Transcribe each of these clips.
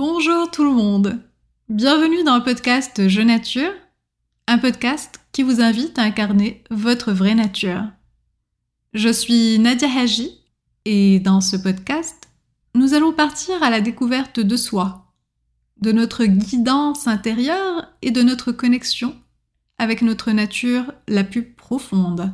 Bonjour tout le monde, bienvenue dans le podcast Je Nature, un podcast qui vous invite à incarner votre vraie nature. Je suis Nadia Haji et dans ce podcast, nous allons partir à la découverte de soi, de notre guidance intérieure et de notre connexion avec notre nature la plus profonde.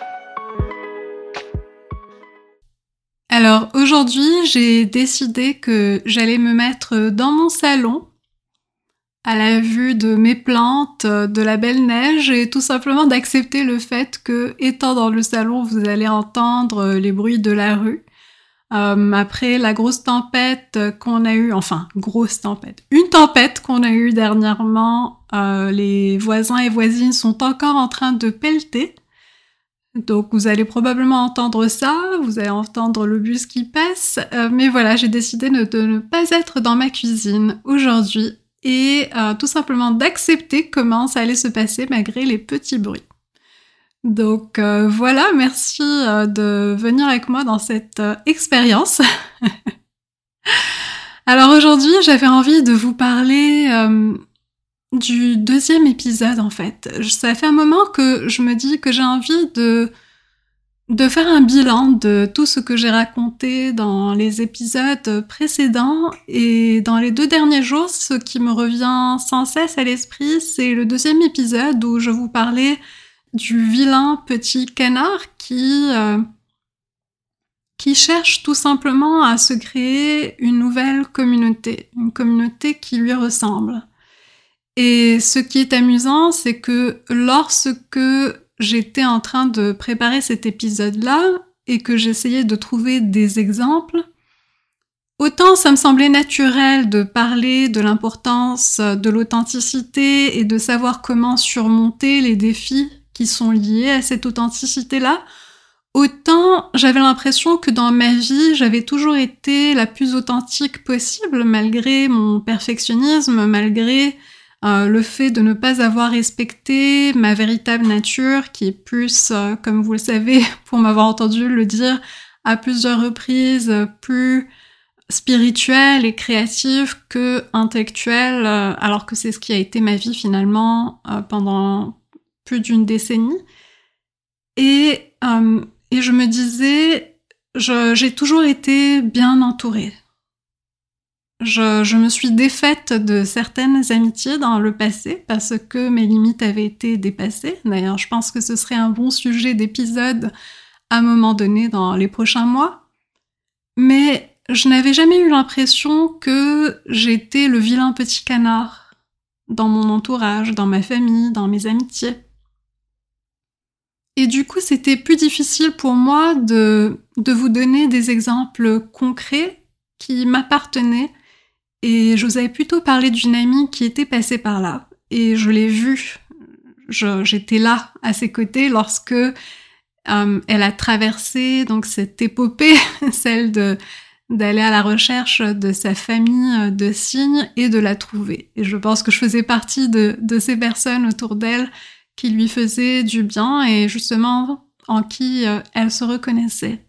Alors aujourd'hui, j'ai décidé que j'allais me mettre dans mon salon à la vue de mes plantes, de la belle neige et tout simplement d'accepter le fait que, étant dans le salon, vous allez entendre les bruits de la rue. Après la grosse tempête qu'on a eue, une tempête qu'on a eue dernièrement, les voisins et voisines sont encore en train de pelleter. Donc vous allez probablement entendre ça, vous allez entendre le bus qui passe, mais voilà, j'ai décidé de ne pas être dans ma cuisine aujourd'hui et tout simplement d'accepter comment ça allait se passer malgré les petits bruits. Donc voilà, merci de venir avec moi dans cette expérience. Alors aujourd'hui, j'avais envie de vous parler du deuxième épisode en fait. Ça fait un moment que je me dis que j'ai envie de faire un bilan de tout ce que j'ai raconté dans les épisodes précédents et dans les 2 derniers jours, ce qui me revient sans cesse à l'esprit, c'est le deuxième épisode où je vous parlais du vilain petit canard qui cherche tout simplement à se créer une nouvelle communauté, une communauté qui lui ressemble. Et ce qui est amusant, c'est que lorsque j'étais en train de préparer cet épisode-là et que j'essayais de trouver des exemples, autant ça me semblait naturel de parler de l'importance de l'authenticité et de savoir comment surmonter les défis qui sont liés à cette authenticité-là, autant j'avais l'impression que dans ma vie, j'avais toujours été la plus authentique possible malgré mon perfectionnisme, malgré le fait de ne pas avoir respecté ma véritable nature, qui est plus, comme vous le savez, pour m'avoir entendu le dire à plusieurs reprises, plus spirituelle et créative que intellectuelle, alors que c'est ce qui a été ma vie finalement pendant plus d'1 décennie. Et je me disais, j'ai toujours été bien entourée. Je me suis défaite de certaines amitiés dans le passé parce que mes limites avaient été dépassées. D'ailleurs, je pense que ce serait un bon sujet d'épisode à un moment donné dans les prochains mois. Mais je n'avais jamais eu l'impression que j'étais le vilain petit canard dans mon entourage, dans ma famille, dans mes amitiés. Et du coup, c'était plus difficile pour moi de vous donner des exemples concrets qui m'appartenaient. Et je vous avais plutôt parlé d'une amie qui était passée par là. Et je l'ai vue. J'étais là, à ses côtés, lorsque elle a traversé donc cette épopée, celle d'aller à la recherche de sa famille de cygnes et de la trouver. Et je pense que je faisais partie de ces personnes autour d'elle qui lui faisaient du bien et justement en qui elle se reconnaissait.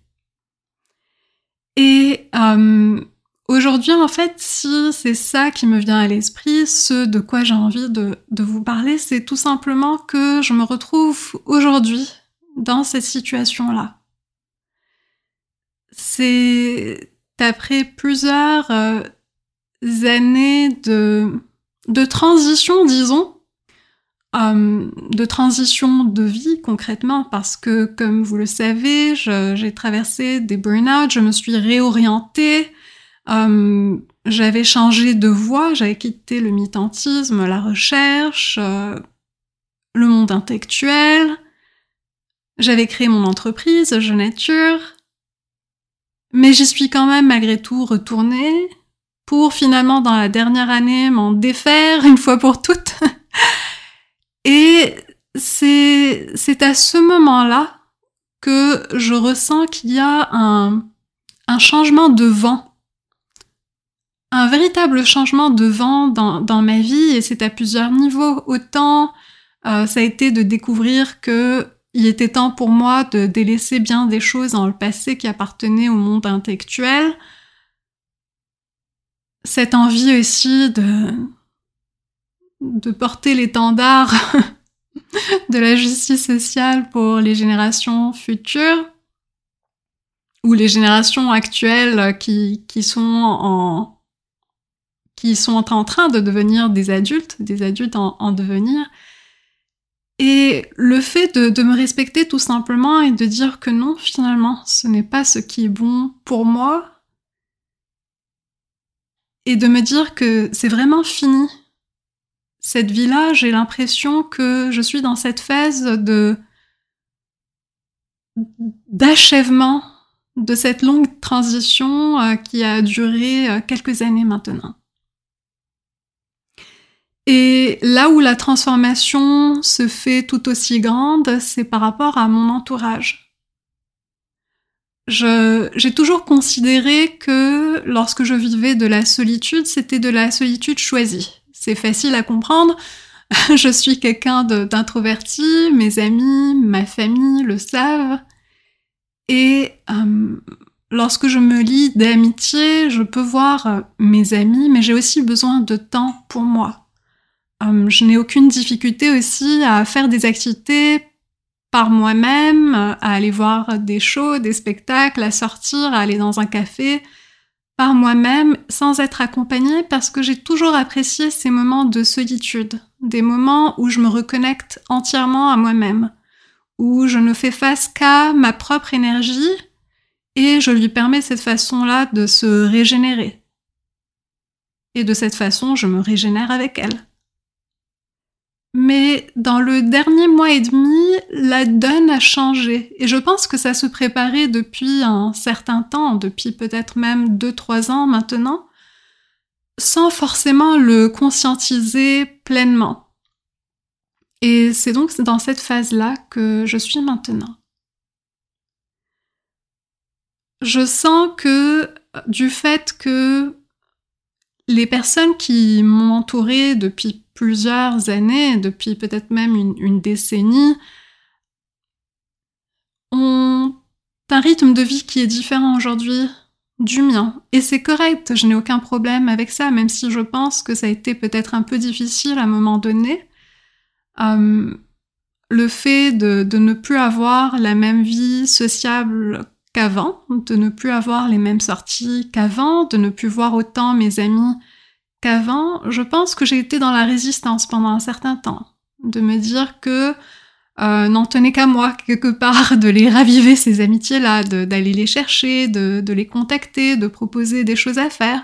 Et aujourd'hui, en fait, si c'est ça qui me vient à l'esprit, ce de quoi j'ai envie de vous parler, c'est tout simplement que je me retrouve aujourd'hui dans cette situation-là. C'est après plusieurs années de transition, disons, de transition de vie concrètement, parce que, comme vous le savez, j'ai traversé des burn-out, je me suis réorientée, j'avais changé de voie, j'avais quitté le militantisme, la recherche, le monde intellectuel, j'avais créé mon entreprise, Je Nature, mais j'y suis quand même malgré tout retournée pour finalement dans la dernière année m'en défaire une fois pour toutes. Et c'est à ce moment-là que je ressens qu'il y a un changement de vent. Un véritable changement de vent dans ma vie, et c'est à plusieurs niveaux. Autant ça a été de découvrir que il était temps pour moi de délaisser bien des choses dans le passé qui appartenaient au monde intellectuel. cette envie aussi de porter l'étendard de la justice sociale pour les générations futures ou les générations actuelles qui sont en train de devenir des adultes en devenir. Et le fait de me respecter tout simplement et de dire que non, finalement, ce n'est pas ce qui est bon pour moi, et de me dire que c'est vraiment fini. Cette vie-là, j'ai l'impression que je suis dans cette phase d'achèvement de cette longue transition qui a duré quelques années maintenant. Et là où la transformation se fait tout aussi grande, c'est par rapport à mon entourage. J'ai toujours considéré que lorsque je vivais de la solitude, c'était de la solitude choisie. C'est facile à comprendre. Je suis quelqu'un d'introverti, mes amis, ma famille le savent. Et lorsque je me lie d'amitié, je peux voir mes amis, mais j'ai aussi besoin de temps pour moi. Je n'ai aucune difficulté aussi à faire des activités par moi-même, à aller voir des shows, des spectacles, à sortir, à aller dans un café, par moi-même, sans être accompagnée, parce que j'ai toujours apprécié ces moments de solitude, des moments où je me reconnecte entièrement à moi-même, où je ne fais face qu'à ma propre énergie, et je lui permets cette façon-là de se régénérer. Et de cette façon, je me régénère avec elle. Mais dans le dernier mois et demi, la donne a changé. Et je pense que ça se préparait depuis un certain temps, depuis peut-être même 2-3 ans maintenant, sans forcément le conscientiser pleinement. Et c'est donc dans cette phase-là que je suis maintenant. Je sens que du fait que les personnes qui m'ont entourée depuis plusieurs années, depuis peut-être même une décennie, ont un rythme de vie qui est différent aujourd'hui du mien. Et c'est correct, je n'ai aucun problème avec ça, même si je pense que ça a été peut-être un peu difficile à un moment donné. Le fait de ne plus avoir la même vie sociable qu'avant, de ne plus avoir les mêmes sorties qu'avant, de ne plus voir autant mes amis qu'avant, je pense que j'ai été dans la résistance pendant un certain temps. De me dire que n'en tenait qu'à moi, quelque part, de les raviver, ces amitiés-là, d'aller les chercher, de les contacter, de proposer des choses à faire.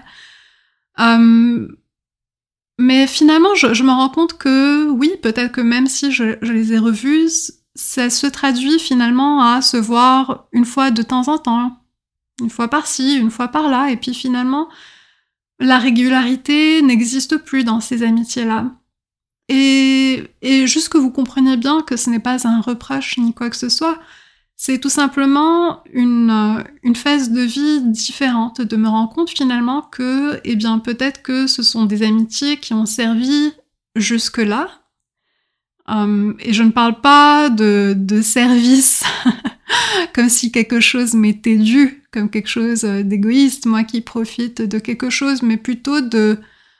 Mais finalement, je me rends compte que oui, peut-être que même si je les ai revus, ça se traduit finalement à se voir une fois de temps en temps, une fois par-ci, une fois par-là, et puis finalement, la régularité n'existe plus dans ces amitiés-là. Et juste que vous compreniez bien que ce n'est pas un reproche ni quoi que ce soit, c'est tout simplement une phase de vie différente, de me rendre compte finalement que, eh bien, peut-être que ce sont des amitiés qui ont servi jusque-là. Et je ne parle pas de service comme si quelque chose m'était dû, comme quelque chose d'égoïste, moi qui profite de quelque chose, mais plutôt de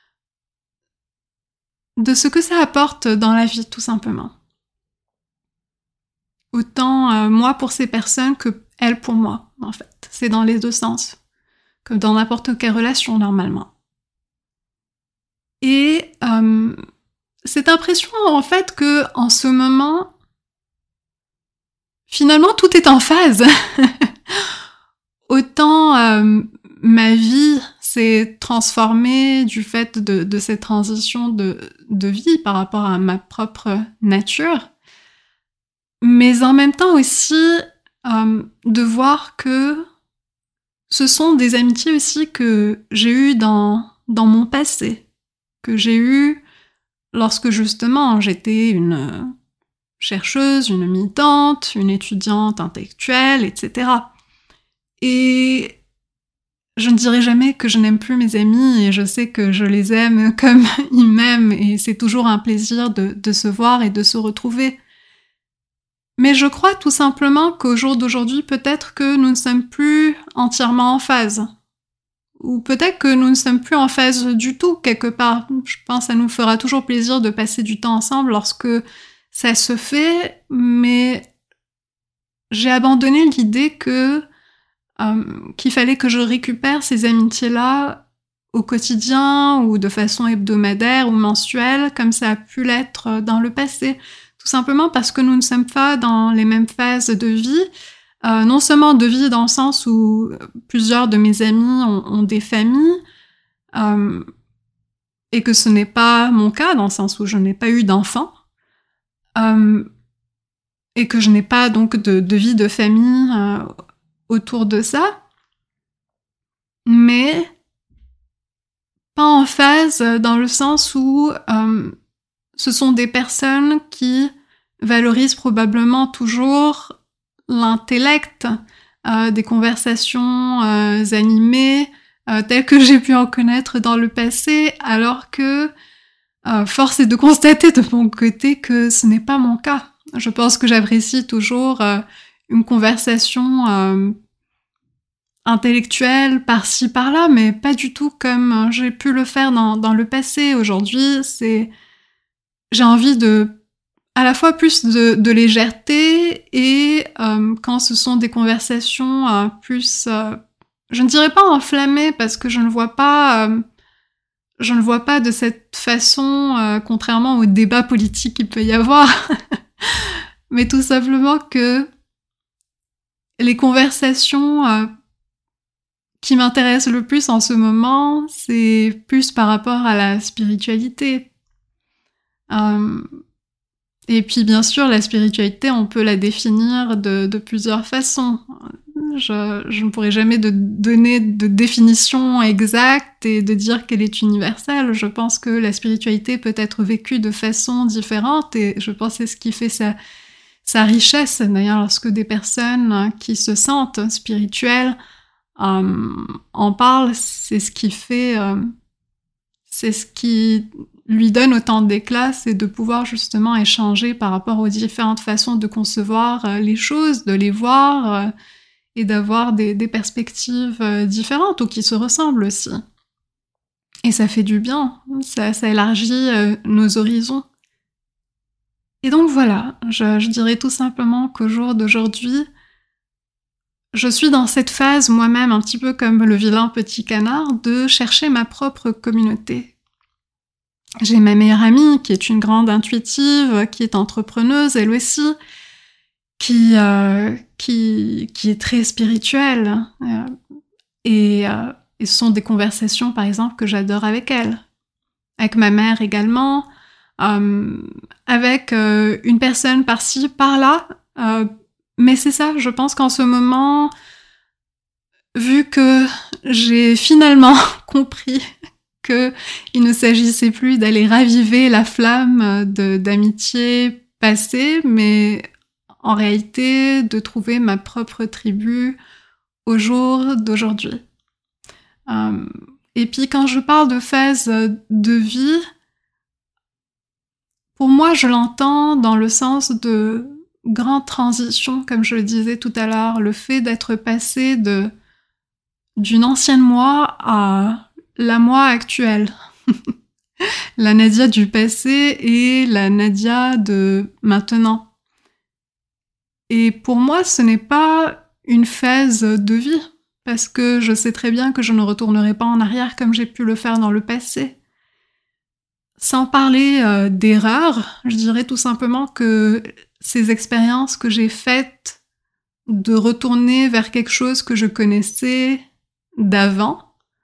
ce que ça apporte dans la vie, tout simplement. Autant moi pour ces personnes que elles pour moi, en fait. C'est dans les deux sens, comme dans n'importe quelle relation, normalement. Et cette impression, en fait, que en ce moment, finalement, tout est en phase. Autant ma vie s'est transformée du fait de cette transition de vie par rapport à ma propre nature, mais en même temps aussi de voir que ce sont des amitiés aussi que j'ai eues dans mon passé, que j'ai eues lorsque justement j'étais une chercheuse, une militante, une étudiante intellectuelle, etc. Et je ne dirai jamais que je n'aime plus mes amis, et je sais que je les aime comme ils m'aiment, et c'est toujours un plaisir de se voir et de se retrouver. Mais je crois tout simplement qu'au jour d'aujourd'hui, peut-être que nous ne sommes plus entièrement en phase. ou peut-être que nous ne sommes plus en phase du tout, quelque part. Je pense que ça nous fera toujours plaisir de passer du temps ensemble lorsque ça se fait, mais j'ai abandonné l'idée qu'il fallait que je récupère ces amitiés-là au quotidien ou de façon hebdomadaire ou mensuelle, comme ça a pu l'être dans le passé. Tout simplement parce que nous ne sommes pas dans les mêmes phases de vie. Non seulement de vie dans le sens où plusieurs de mes amis ont des familles, et que ce n'est pas mon cas, dans le sens où je n'ai pas eu d'enfants, et que je n'ai pas donc de vie de famille autour de ça, mais pas en phase dans le sens où ce sont des personnes qui valorisent probablement toujours l'intellect, des conversations animées, telles que j'ai pu en connaître dans le passé, alors que force est de constater de mon côté que ce n'est pas mon cas. Je pense que j'apprécie toujours une conversation intellectuelle par-ci par-là, mais pas du tout comme j'ai pu le faire dans le passé. Aujourd'hui, j'ai envie à la fois plus de légèreté et quand ce sont des conversations plus, je ne dirais pas enflammées parce que je ne le vois pas de cette façon, contrairement au débat politique qu'il peut y avoir, mais tout simplement que les conversations qui m'intéressent le plus en ce moment, c'est plus par rapport à la spiritualité. Et puis bien sûr, la spiritualité, on peut la définir de plusieurs façons. Je ne pourrais jamais donner de définition exacte et de dire qu'elle est universelle. Je pense que la spiritualité peut être vécue de façon différente et je pense que c'est ce qui fait sa richesse. D'ailleurs, lorsque des personnes qui se sentent spirituelles en parlent, c'est ce qui fait... c'est ce qui lui donne autant d'éclat, c'est de pouvoir justement échanger par rapport aux différentes façons de concevoir les choses, de les voir et d'avoir des perspectives différentes ou qui se ressemblent aussi. Et ça fait du bien, ça élargit nos horizons. Et donc voilà, je dirais tout simplement qu'au jour d'aujourd'hui, je suis dans cette phase moi-même, un petit peu comme le vilain petit canard, de chercher ma propre communauté. J'ai ma meilleure amie qui est une grande intuitive, qui est entrepreneuse elle aussi, qui est très spirituelle. Et ce sont des conversations, par exemple, que j'adore avec elle. Avec ma mère également, avec une personne par-ci, par-là. Mais c'est ça, je pense qu'en ce moment, vu que j'ai finalement compris qu'il ne s'agissait plus d'aller raviver la flamme d'amitié passée, mais en réalité de trouver ma propre tribu au jour d'aujourd'hui. Et puis quand je parle de phase de vie, pour moi je l'entends dans le sens de grande transition, comme je le disais tout à l'heure, le fait d'être passé d'une ancienne moi à la moi actuelle. La Nadia du passé et la Nadia de maintenant. Et pour moi, ce n'est pas une phase de vie, parce que je sais très bien que je ne retournerai pas en arrière comme j'ai pu le faire dans le passé. Sans parler d'erreurs, je dirais tout simplement que ces expériences que j'ai faites de retourner vers quelque chose que je connaissais d'avant,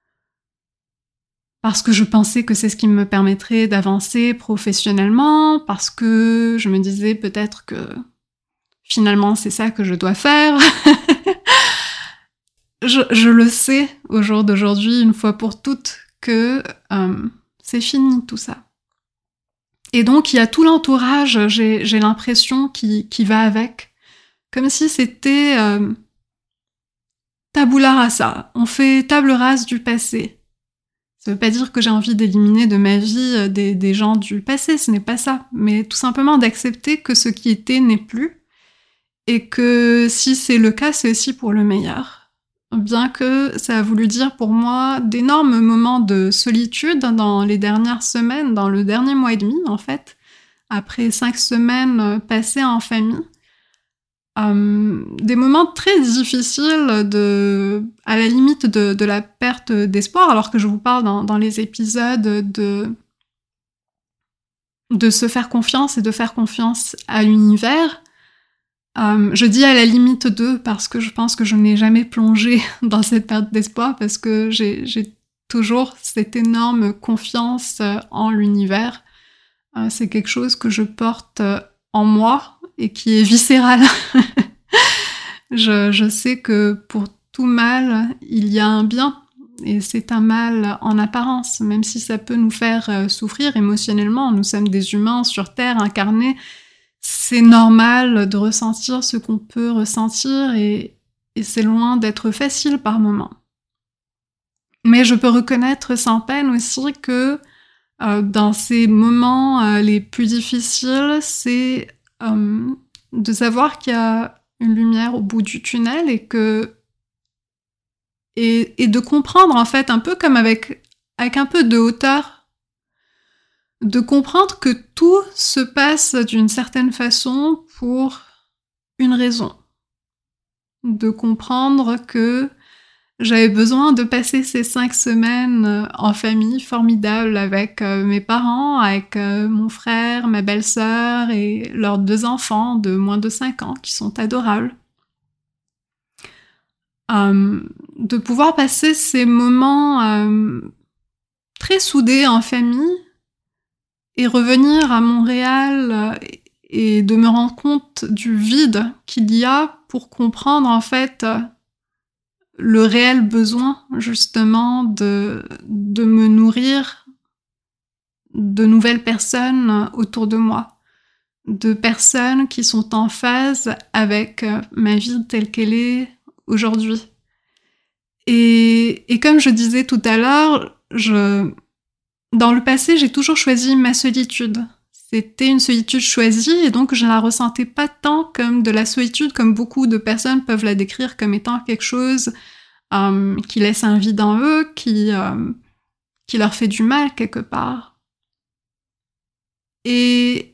parce que je pensais que c'est ce qui me permettrait d'avancer professionnellement, parce que je me disais peut-être que finalement c'est ça que je dois faire. je le sais au jour d'aujourd'hui, une fois pour toutes, que c'est fini tout ça. Et donc il y a tout l'entourage, j'ai l'impression, qui va avec. Comme si c'était tabula rasa. On fait table rase du passé. Ça veut pas dire que j'ai envie d'éliminer de ma vie des gens du passé, ce n'est pas ça. Mais tout simplement d'accepter que ce qui était n'est plus. Et que si c'est le cas, c'est aussi pour le meilleur. bien que ça a voulu dire pour moi d'énormes moments de solitude dans les dernières semaines, dans le dernier mois et demi en fait, après 5 semaines passées en famille. Des moments très difficiles à la limite de la perte d'espoir, alors que je vous parle dans les épisodes de se faire confiance et de faire confiance à l'univers. Je dis à la limite de parce que je pense que je n'ai jamais plongé dans cette perte d'espoir parce que j'ai toujours cette énorme confiance en l'univers. C'est quelque chose que je porte en moi et qui est viscéral. Je sais que pour tout mal, il y a un bien. Et c'est un mal en apparence, même si ça peut nous faire souffrir émotionnellement. Nous sommes des humains sur Terre incarnés. C'est normal de ressentir ce qu'on peut ressentir et c'est loin d'être facile par moments. Mais je peux reconnaître sans peine aussi que dans ces moments les plus difficiles, c'est de savoir qu'il y a une lumière au bout du tunnel et de comprendre en fait un peu comme avec un peu de hauteur, de comprendre que tout se passe d'une certaine façon pour une raison, de comprendre que j'avais besoin de passer ces 5 semaines en famille formidable avec mes parents, avec mon frère, ma belle-sœur et leurs 2 enfants de moins de 5 ans qui sont adorables. De pouvoir passer ces moments très soudés en famille et revenir à Montréal et de me rendre compte du vide qu'il y a pour comprendre en fait le réel besoin justement de me nourrir de nouvelles personnes autour de moi, de personnes qui sont en phase avec ma vie telle qu'elle est aujourd'hui. Et comme je disais tout à l'heure, dans le passé, j'ai toujours choisi ma solitude. C'était une solitude choisie et donc je ne la ressentais pas tant comme de la solitude comme beaucoup de personnes peuvent la décrire comme étant quelque chose qui laisse un vide en eux, qui leur fait du mal quelque part. Et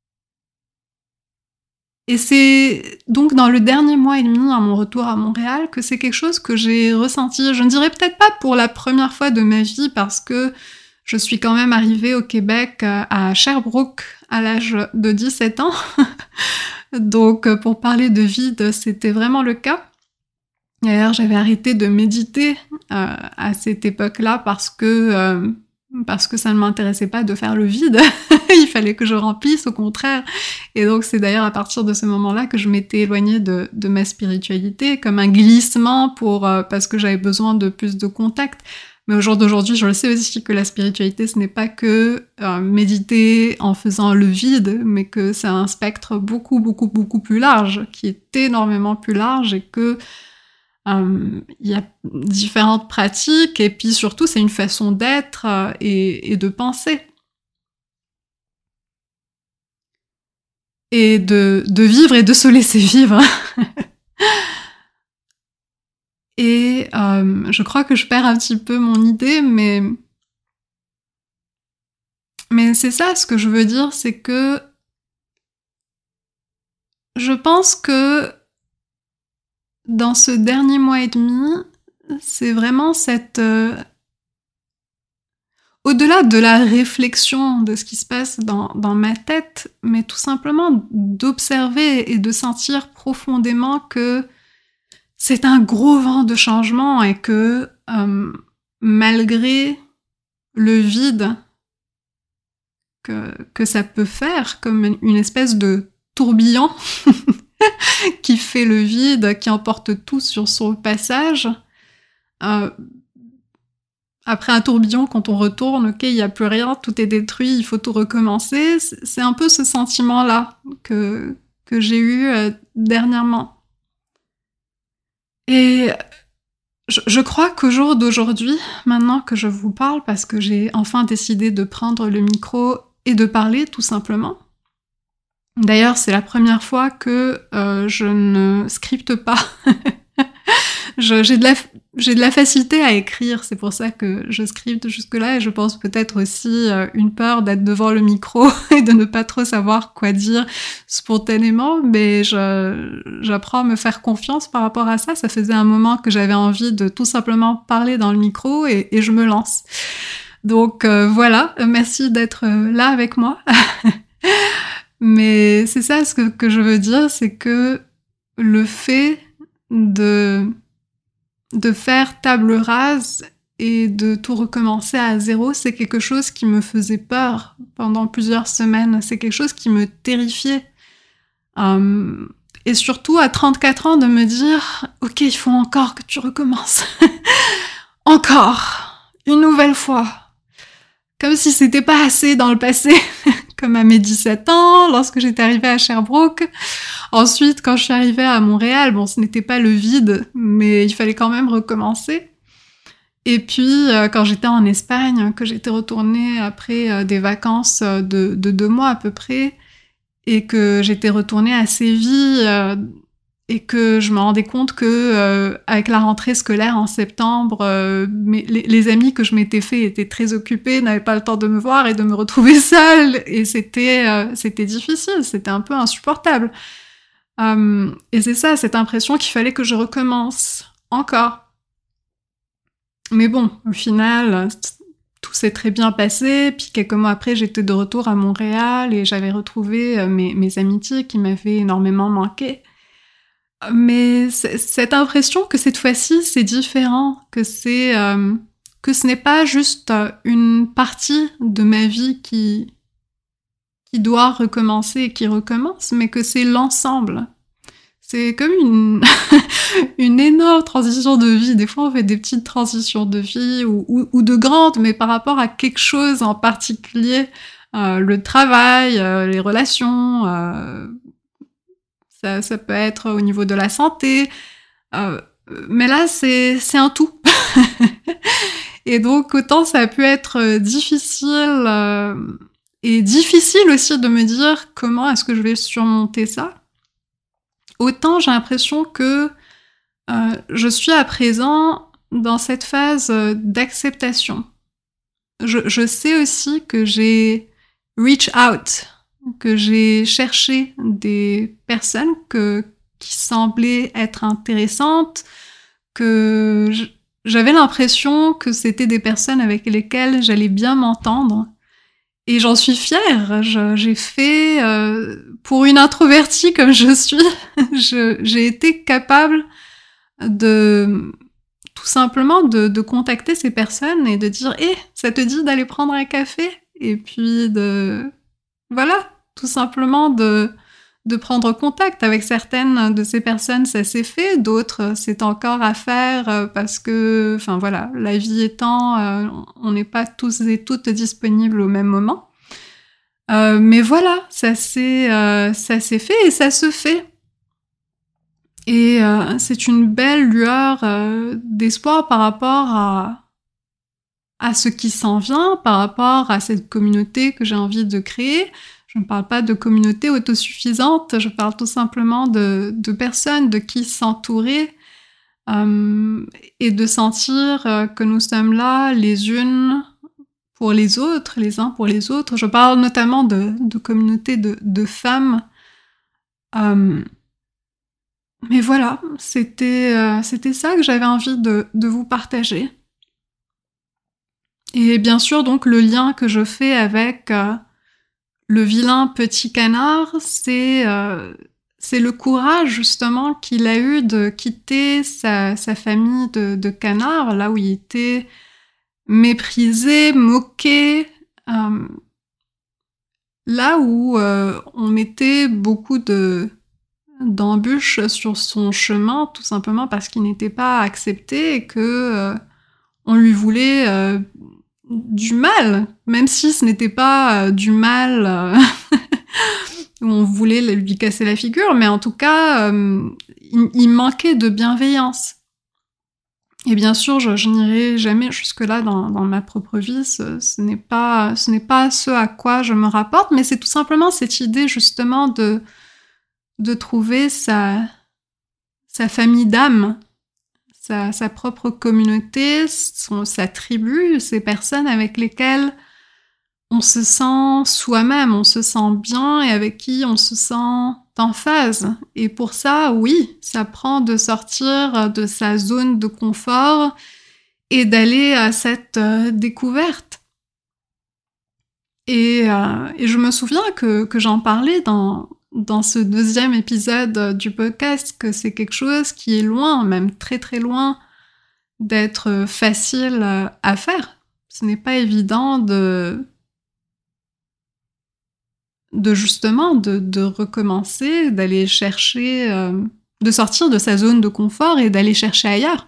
c'est donc dans le dernier mois et demi à mon retour à Montréal que c'est quelque chose que j'ai ressenti. Je ne dirais peut-être pas pour la première fois de ma vie parce que je suis quand même arrivée au Québec à Sherbrooke à l'âge de 17 ans. Donc pour parler de vide, c'était vraiment le cas. D'ailleurs, j'avais arrêté de méditer à cette époque-là parce que ça ne m'intéressait pas de faire le vide. Il fallait que je remplisse, au contraire. Et donc, c'est d'ailleurs à partir de ce moment-là que je m'étais éloignée de ma spiritualité, comme un glissement parce que j'avais besoin de plus de contact. Mais au jour d'aujourd'hui, je le sais aussi que la spiritualité, ce n'est pas que méditer en faisant le vide, mais que c'est un spectre beaucoup, beaucoup, beaucoup plus large, qui est énormément plus large et que il y a différentes pratiques et puis surtout, c'est une façon d'être et de penser. Et de vivre et de se laisser vivre. Et je crois que je perds un petit peu mon idée, mais c'est ça, ce que je veux dire, c'est que je pense que dans ce dernier mois et demi, c'est vraiment cette... au-delà de la réflexion de ce qui se passe dans ma tête, mais tout simplement d'observer et de sentir profondément que c'est un gros vent de changement et que malgré le vide que ça peut faire, comme une espèce de tourbillon qui fait le vide, qui emporte tout sur son passage, après un tourbillon, quand on retourne, ok, il n'y a plus rien, tout est détruit, il faut tout recommencer. C'est un peu ce sentiment-là que j'ai eu dernièrement. Et je crois qu'au jour d'aujourd'hui, maintenant que je vous parle, parce que j'ai enfin décidé de prendre le micro et de parler, tout simplement. D'ailleurs, c'est la première fois que je ne scripte pas. j'ai de la facilité à écrire, c'est pour ça que je scripte jusque-là, et je pense peut-être aussi une peur d'être devant le micro et de ne pas trop savoir quoi dire spontanément, mais j'apprends à me faire confiance par rapport à ça. Ça faisait un moment que j'avais envie de tout simplement parler dans le micro et je me lance. Donc voilà, merci d'être là avec moi. Mais c'est ça ce que je veux dire, c'est que le fait de faire table rase et de tout recommencer à zéro, c'est quelque chose qui me faisait peur pendant plusieurs semaines. C'est quelque chose qui me terrifiait. Et surtout, à 34 ans, de me dire « Ok, il faut encore que tu recommences. Encore. Une nouvelle fois. » Comme si c'était pas assez dans le passé. Comme à mes 17 ans, lorsque j'étais arrivée à Sherbrooke. Ensuite, quand je suis arrivée à Montréal, bon, ce n'était pas le vide, mais il fallait quand même recommencer. Et puis, quand j'étais en Espagne, que j'étais retournée après des vacances de 2 mois à peu près, et que j'étais retournée à Séville, et que je me rendais compte que avec la rentrée scolaire en septembre, les amis que je m'étais fait étaient très occupés, n'avaient pas le temps de me voir et de me retrouver seule, et c'était difficile, c'était un peu insupportable. Et c'est ça, cette impression qu'il fallait que je recommence encore. Mais bon, au final, tout s'est très bien passé. Puis quelques mois après, j'étais de retour à Montréal et j'avais retrouvé mes amitiés qui m'avaient énormément manqué. Mais cette impression que cette fois-ci, c'est différent, que ce n'est pas juste une partie de ma vie qui doit recommencer et qui recommence, mais que c'est l'ensemble. C'est comme une énorme transition de vie. Des fois, on fait des petites transitions de vie ou de grandes, mais par rapport à quelque chose en particulier, le travail, les relations, ça peut être au niveau de la santé, mais là, c'est un tout. Et donc, autant ça a pu être difficile, et difficile aussi de me dire comment est-ce que je vais surmonter ça, autant j'ai l'impression que je suis à présent dans cette phase d'acceptation. Je sais aussi que j'ai reach out, que j'ai cherché des personnes qui semblaient être intéressantes, que j'avais l'impression que c'était des personnes avec lesquelles j'allais bien m'entendre. Et j'en suis fière. J'ai fait, pour une introvertie comme je suis, j'ai été capable de tout simplement de contacter ces personnes et de dire ça te dit d'aller prendre un café? Et puis voilà, tout simplement de prendre contact avec certaines de ces personnes, ça s'est fait, d'autres c'est encore à faire parce que, enfin voilà, la vie étant, on n'est pas tous et toutes disponibles au même moment. Mais voilà, ça s'est fait et ça se fait. Et c'est une belle lueur d'espoir par rapport à ce qui s'en vient, par rapport à cette communauté que j'ai envie de créer. Je ne parle pas de communauté autosuffisante, je parle tout simplement de personnes de qui s'entourer et de sentir que nous sommes là les unes pour les autres, les uns pour les autres. Je parle notamment de communauté de femmes. Mais voilà, c'était ça que j'avais envie de vous partager. Et bien sûr, donc, le lien que je fais avec le vilain petit canard, c'est le courage, justement, qu'il a eu de quitter sa famille de canards, là où il était méprisé, moqué, là où on mettait beaucoup d'embûches sur son chemin, tout simplement parce qu'il n'était pas accepté et que on lui voulait du mal, même si ce n'était pas du mal où on voulait lui casser la figure, mais en tout cas, il manquait de bienveillance. Et bien sûr, je n'irai jamais jusque-là dans ma propre vie, ce n'est pas ce à quoi je me rapporte, mais c'est tout simplement cette idée justement de trouver sa famille d'âme, sa propre communauté, sa tribu, ces personnes avec lesquelles on se sent soi-même, on se sent bien et avec qui on se sent en phase. Et pour ça, oui, ça prend de sortir de sa zone de confort et d'aller à cette découverte. Et je me souviens que j'en parlais dans ce 2e épisode du podcast, que c'est quelque chose qui est loin, même très très loin, d'être facile à faire. Ce n'est pas évident de justement de recommencer, d'aller chercher, de sortir de sa zone de confort et d'aller chercher ailleurs.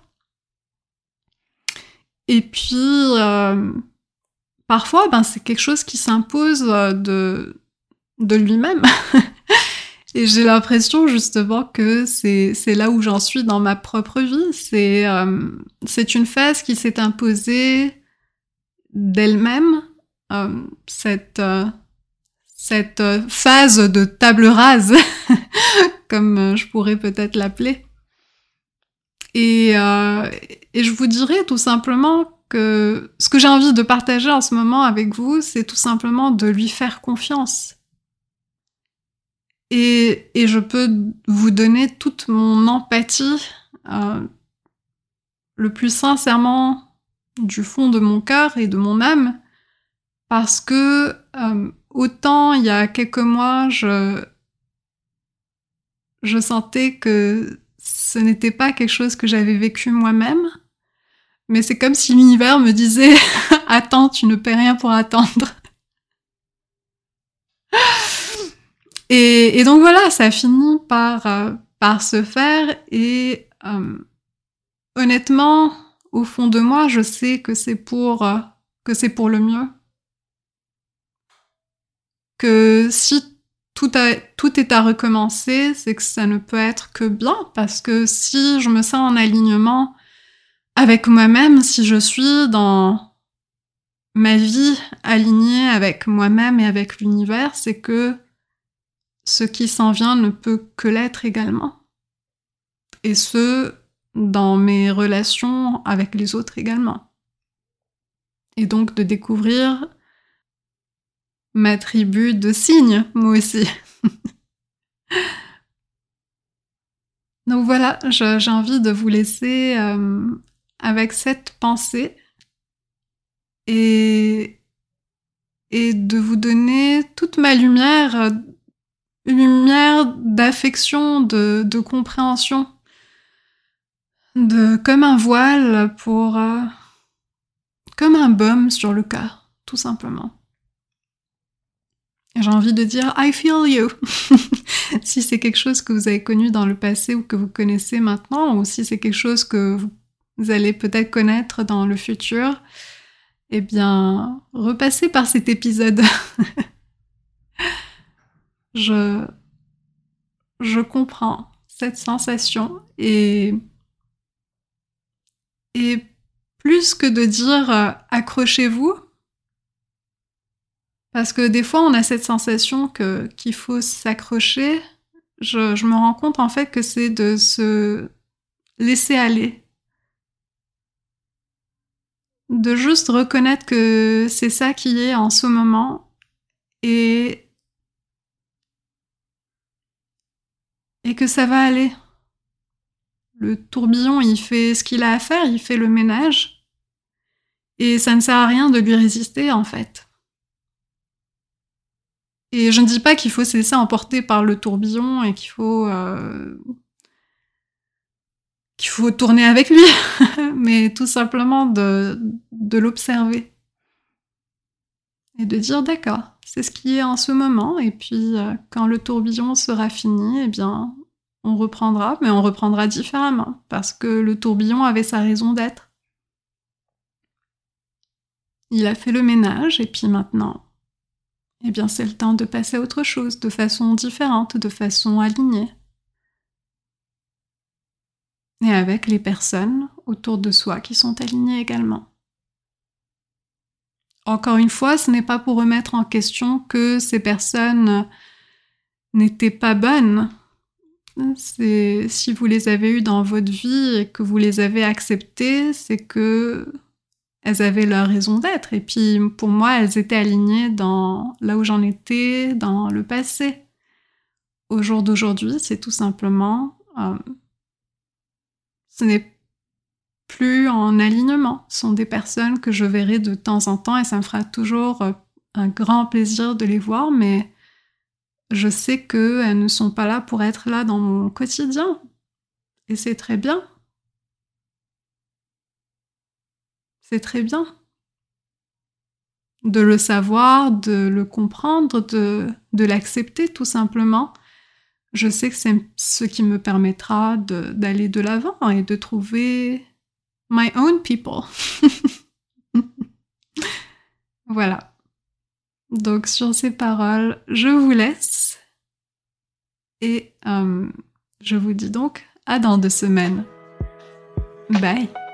Et puis parfois, c'est quelque chose qui s'impose de lui-même. Et j'ai l'impression justement que c'est là où j'en suis dans ma propre vie. C'est une phase qui s'est imposée d'elle-même, cette phase de table rase, comme je pourrais peut-être l'appeler. Et je vous dirais tout simplement que ce que j'ai envie de partager en ce moment avec vous, c'est tout simplement de lui faire confiance. Et je peux vous donner toute mon empathie, le plus sincèrement du fond de mon cœur et de mon âme, parce que autant il y a quelques mois, je sentais que ce n'était pas quelque chose que j'avais vécu moi-même, mais c'est comme si l'univers me disait « Attends, tu ne paies rien pour attendre ». Et donc voilà, ça finit par se faire et honnêtement, au fond de moi, je sais que c'est pour le mieux. Que si tout est à recommencer, c'est que ça ne peut être que bien, parce que si je me sens en alignement avec moi-même, si je suis dans ma vie alignée avec moi-même et avec l'univers, c'est que ce qui s'en vient ne peut que l'être également. Et ce, dans mes relations avec les autres également. Et donc de découvrir ma tribu de cygnes, moi aussi. Donc voilà, j'ai envie de vous laisser avec cette pensée et de vous donner toute ma lumière, une lumière d'affection, de compréhension, comme un voile comme un baume sur le cœur, tout simplement. J'ai envie de dire « I feel you ». Si c'est quelque chose que vous avez connu dans le passé ou que vous connaissez maintenant, ou si c'est quelque chose que vous allez peut-être connaître dans le futur, eh bien, repassez par cet épisode. Je comprends cette sensation et plus que de dire « accrochez-vous », parce que des fois, on a cette sensation qu'il faut s'accrocher. Je me rends compte en fait que c'est de se laisser aller. De juste reconnaître que c'est ça qui est en ce moment et que ça va aller. Le tourbillon, il fait ce qu'il a à faire, il fait le ménage. Et ça ne sert à rien de lui résister en fait. Et je ne dis pas qu'il faut se laisser emporter par le tourbillon et qu'il faut tourner avec lui, mais tout simplement de l'observer. Et de dire d'accord, c'est ce qui est en ce moment, et puis quand le tourbillon sera fini, eh bien, on reprendra, mais on reprendra différemment, parce que le tourbillon avait sa raison d'être. Il a fait le ménage, et puis maintenant, eh bien, c'est le temps de passer à autre chose, de façon différente, de façon alignée. Et avec les personnes autour de soi qui sont alignées également. Encore une fois, ce n'est pas pour remettre en question que ces personnes n'étaient pas bonnes. Si vous les avez eues dans votre vie et que vous les avez acceptées, c'est que elles avaient leur raison d'être. Et puis, pour moi, elles étaient alignées dans là où j'en étais dans le passé. Au jour d'aujourd'hui, c'est tout simplement... ce n'est plus en alignement. Ce sont des personnes que je verrai de temps en temps et ça me fera toujours un grand plaisir de les voir, mais je sais qu'elles ne sont pas là pour être là dans mon quotidien. Et c'est très bien. C'est très bien. De le savoir, de le comprendre, de l'accepter tout simplement. Je sais que c'est ce qui me permettra d'aller de l'avant et de trouver my own people. Voilà. Donc sur ces paroles, je vous laisse et je vous dis donc à dans 2 semaines. Bye.